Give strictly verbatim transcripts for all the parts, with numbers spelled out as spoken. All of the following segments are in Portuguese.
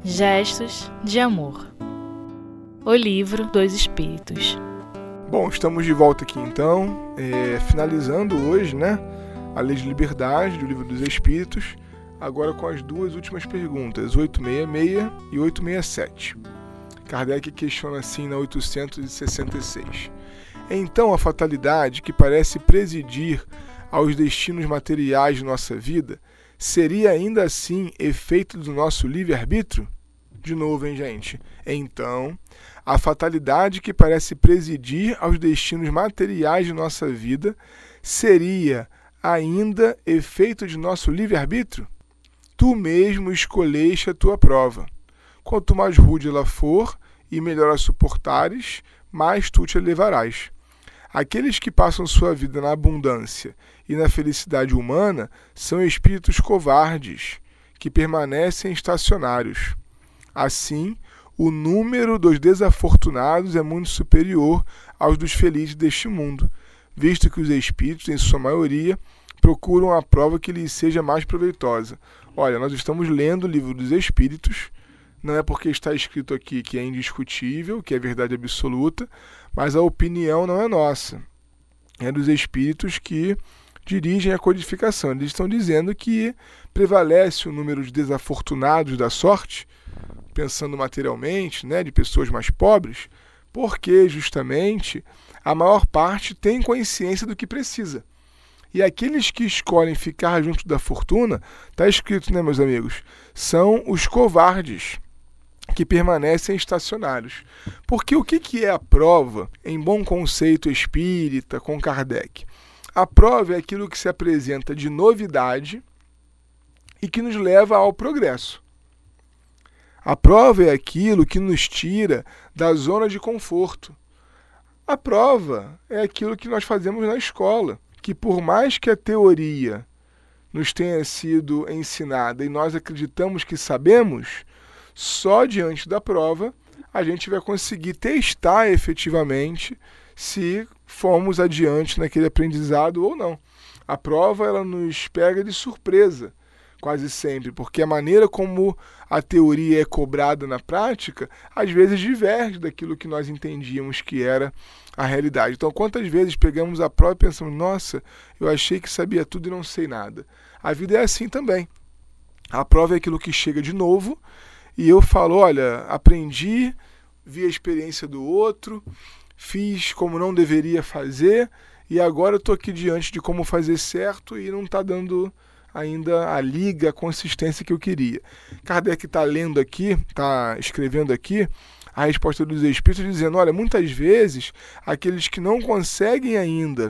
Gestos de Amor. O Livro dos Espíritos. Bom, estamos de volta aqui então, é, finalizando hoje, né, a Lei de Liberdade do Livro dos Espíritos, agora com as duas últimas perguntas, oitocentos e sessenta e seis e oitocentos e sessenta e sete. Kardec questiona assim na oitocentos e sessenta e seis. Então a fatalidade que parece presidir aos destinos materiais de nossa vida seria ainda assim efeito do nosso livre-arbítrio? De novo, hein, gente? Então, a fatalidade que parece presidir aos destinos materiais de nossa vida seria ainda efeito de nosso livre-arbítrio? Tu mesmo escolheste a tua prova. Quanto mais rude ela for e melhor a suportares, mais tu te elevarás. Aqueles que passam sua vida na abundância e na felicidade humana são espíritos covardes, que permanecem estacionários. Assim, o número dos desafortunados é muito superior aos dos felizes deste mundo, visto que os espíritos, em sua maioria, procuram a prova que lhes seja mais proveitosa. Olha, nós estamos lendo o Livro dos Espíritos, não é porque está escrito aqui que é indiscutível, que é verdade absoluta, mas a opinião não é nossa. É dos espíritos que dirigem a codificação. Eles estão dizendo que prevalece o número de desafortunados da sorte, pensando materialmente, né, de pessoas mais pobres, porque justamente a maior parte tem consciência do que precisa. E aqueles que escolhem ficar junto da fortuna, está escrito, né, meus amigos, são os covardes, que permanecem estacionários. Porque o que, que é a prova, em bom conceito espírita, com Kardec? A prova é aquilo que se apresenta de novidade e que nos leva ao progresso. A prova é aquilo que nos tira da zona de conforto. A prova é aquilo que nós fazemos na escola, que por mais que a teoria nos tenha sido ensinada e nós acreditamos que sabemos, só diante da prova a gente vai conseguir testar efetivamente se fomos adiante naquele aprendizado ou não. A prova ela nos pega de surpresa, quase sempre, porque a maneira como a teoria é cobrada na prática, às vezes diverge daquilo que nós entendíamos que era a realidade. Então, quantas vezes pegamos a prova e pensamos, nossa, eu achei que sabia tudo e não sei nada. A vida é assim também. A prova é aquilo que chega de novo, e eu falo, olha, aprendi, vi a experiência do outro, fiz como não deveria fazer, e agora eu estou aqui diante de como fazer certo e não está dando ainda a liga, a consistência que eu queria. Kardec está lendo aqui, está escrevendo aqui, a resposta dos Espíritos dizendo, olha, muitas vezes aqueles que não conseguem ainda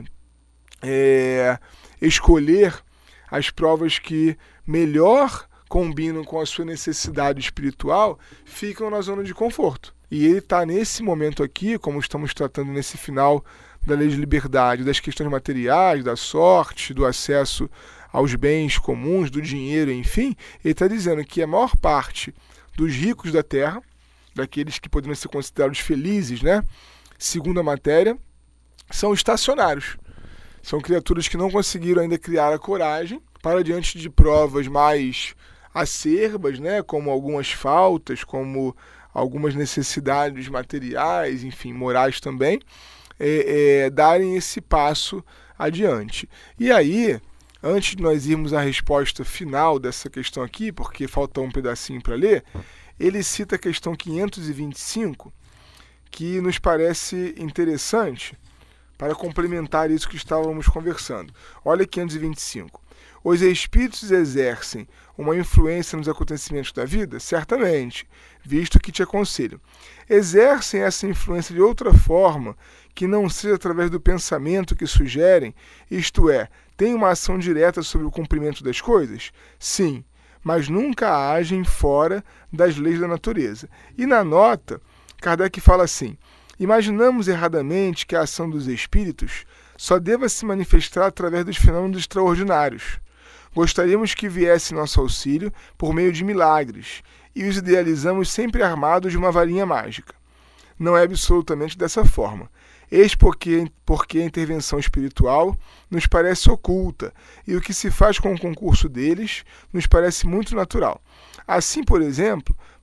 é, escolher as provas que melhor combinam com a sua necessidade espiritual, ficam na zona de conforto. E ele está nesse momento aqui, como estamos tratando nesse final da Lei de Liberdade, das questões materiais, da sorte, do acesso aos bens comuns, do dinheiro, enfim, ele está dizendo que a maior parte dos ricos da Terra, daqueles que poderiam ser considerados felizes, né, segundo a matéria, são estacionários. São criaturas que não conseguiram ainda criar a coragem para, diante de provas mais acerbas, né, como algumas faltas, como algumas necessidades materiais, enfim, morais também, é, é, darem esse passo adiante. E aí, antes de nós irmos à resposta final dessa questão aqui, porque falta um pedacinho para ler, ele cita a questão quinhentos e vinte e cinco, que nos parece interessante para complementar isso que estávamos conversando. Olha quinhentos e vinte e cinco. Os espíritos exercem uma influência nos acontecimentos da vida? Certamente, visto que te aconselho. Exercem essa influência de outra forma, que não seja através do pensamento que sugerem, isto é, tem uma ação direta sobre o cumprimento das coisas? Sim, mas nunca agem fora das leis da natureza. E na nota, Kardec fala assim, imaginamos erradamente que a ação dos espíritos só deva se manifestar através dos fenômenos extraordinários. Gostaríamos que viesse nosso auxílio por meio de milagres, e os idealizamos sempre armados de uma varinha mágica. Não é absolutamente dessa forma. Eis porque, porque a intervenção espiritual nos parece oculta, e o que se faz com o concurso deles nos parece muito natural. Assim, por exemplo,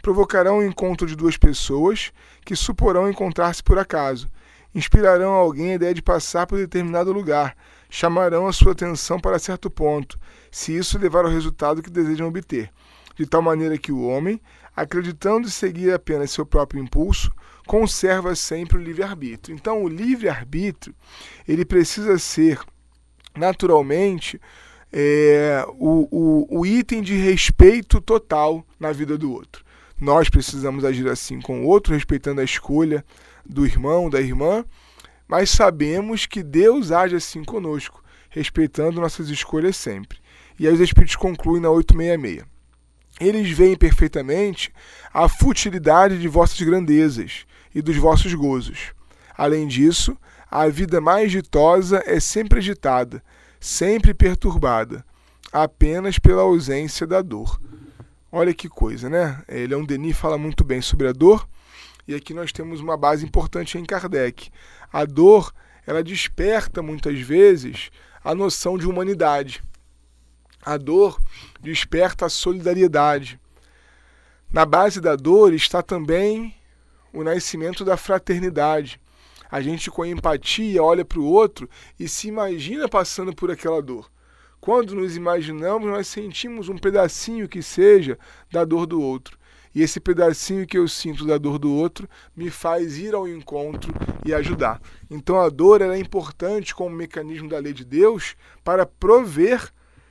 provocarão o encontro de duas pessoas que suporão encontrar-se por acaso. Inspirarão a alguém a ideia de passar por determinado lugar. Chamarão a sua atenção para certo ponto, se isso levar ao resultado que desejam obter. De tal maneira que o homem, acreditando seguir apenas seu próprio impulso, conserva sempre o livre-arbítrio. Então, o livre-arbítrio, ele precisa ser, naturalmente, é, o, o, o item de respeito total na vida do outro. Nós precisamos agir assim com o outro, respeitando a escolha do irmão, da irmã, mas sabemos que Deus age assim conosco, respeitando nossas escolhas sempre. E aí os Espíritos concluem na oitocentos e sessenta e seis. Eles veem perfeitamente a futilidade de vossas grandezas e dos vossos gozos. Além disso, a vida mais ditosa é sempre agitada, sempre perturbada, apenas pela ausência da dor. Olha que coisa, né? Leon Denis fala muito bem sobre a dor, e aqui nós temos uma base importante em Kardec. A dor, ela desperta muitas vezes a noção de humanidade. A dor desperta a solidariedade. Na base da dor está também o nascimento da fraternidade. A gente, com empatia, olha para o outro e se imagina passando por aquela dor. Quando nos imaginamos, nós sentimos um pedacinho que seja da dor do outro. E esse pedacinho que eu sinto da dor do outro me faz ir ao encontro e ajudar. Então a dor ela é importante como mecanismo da lei de Deus para prover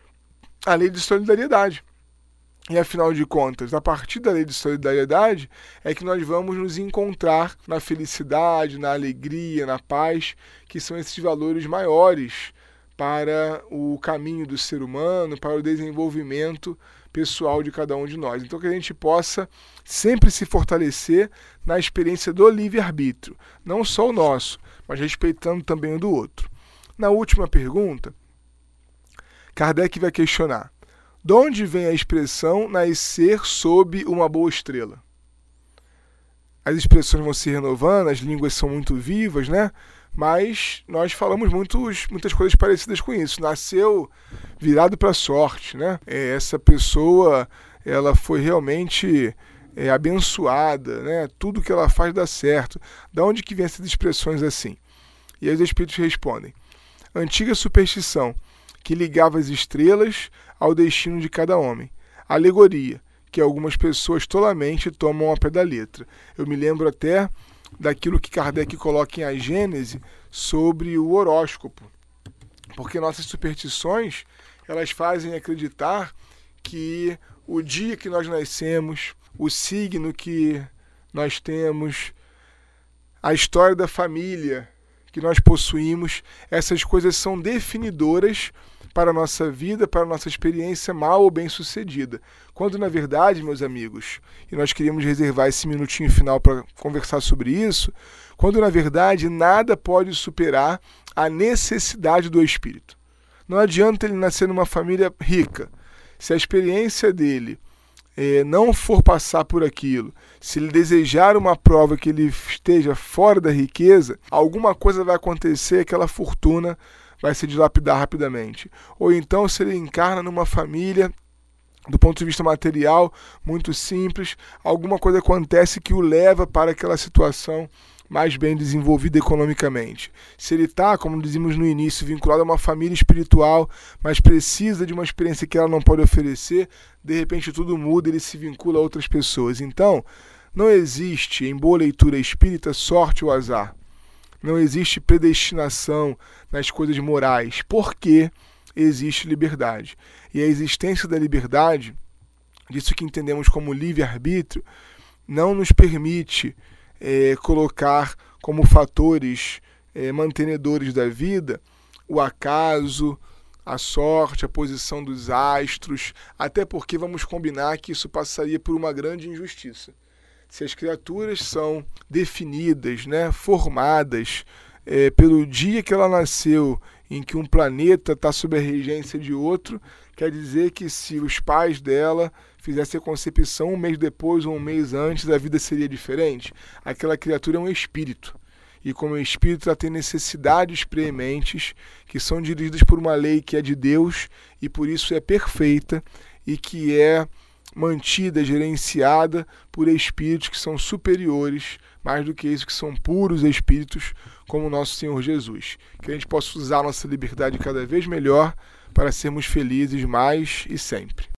a lei de solidariedade. E afinal de contas, a partir da lei de solidariedade é que nós vamos nos encontrar na felicidade, na alegria, na paz, que são esses valores maiores para o caminho do ser humano, para o desenvolvimento pessoal de cada um de nós. Então que a gente possa sempre se fortalecer na experiência do livre-arbítrio, não só o nosso, mas respeitando também o do outro. Na última pergunta, Kardec vai questionar: de onde vem a expressão nascer sob uma boa estrela? As expressões vão se renovando, as línguas são muito vivas, né? Mas nós falamos muitos, muitas coisas parecidas com isso. Nasceu virado para a sorte, né? É, essa pessoa, ela foi realmente é, abençoada, né? Tudo que ela faz dá certo. Da onde que vem essas expressões assim? E aí os Espíritos respondem: antiga superstição que ligava as estrelas ao destino de cada homem. Alegoria, que algumas pessoas tolamente tomam ao pé da letra. Eu me lembro até daquilo que Kardec coloca em A Gênese sobre o horóscopo. Porque nossas superstições, elas fazem acreditar que o dia que nós nascemos, o signo que nós temos, a história da família que nós possuímos, essas coisas são definidoras para a nossa vida, para a nossa experiência mal ou bem sucedida. Quando na verdade, meus amigos, e nós queríamos reservar esse minutinho final para conversar sobre isso, quando na verdade nada pode superar a necessidade do espírito. Não adianta ele nascer numa família rica. Se a experiência dele eh, não for passar por aquilo, se ele desejar uma prova que ele esteja fora da riqueza, alguma coisa vai acontecer, aquela fortuna vai se dilapidar rapidamente. Ou então, se ele encarna numa família, do ponto de vista material, muito simples, alguma coisa acontece que o leva para aquela situação mais bem desenvolvida economicamente. Se ele está, como dizíamos no início, vinculado a uma família espiritual, mas precisa de uma experiência que ela não pode oferecer, de repente tudo muda e ele se vincula a outras pessoas. Então, não existe, em boa leitura espírita, sorte ou azar. Não existe predestinação nas coisas morais, porque existe liberdade. E a existência da liberdade, disso que entendemos como livre-arbítrio, não nos permite é, colocar como fatores é, mantenedores da vida o acaso, a sorte, a posição dos astros, até porque vamos combinar que isso passaria por uma grande injustiça. Se as criaturas são definidas, né, formadas é, pelo dia que ela nasceu, em que um planeta está sob a regência de outro, quer dizer que se os pais dela fizessem a concepção um mês depois ou um mês antes, a vida seria diferente? Aquela criatura é um espírito. E como espírito, ela tem necessidades prementes que são dirigidas por uma lei que é de Deus e por isso é perfeita e que é mantida, gerenciada por espíritos que são superiores, mais do que isso, que são puros espíritos, como o nosso Senhor Jesus. Que a gente possa usar a nossa liberdade cada vez melhor para sermos felizes mais e sempre.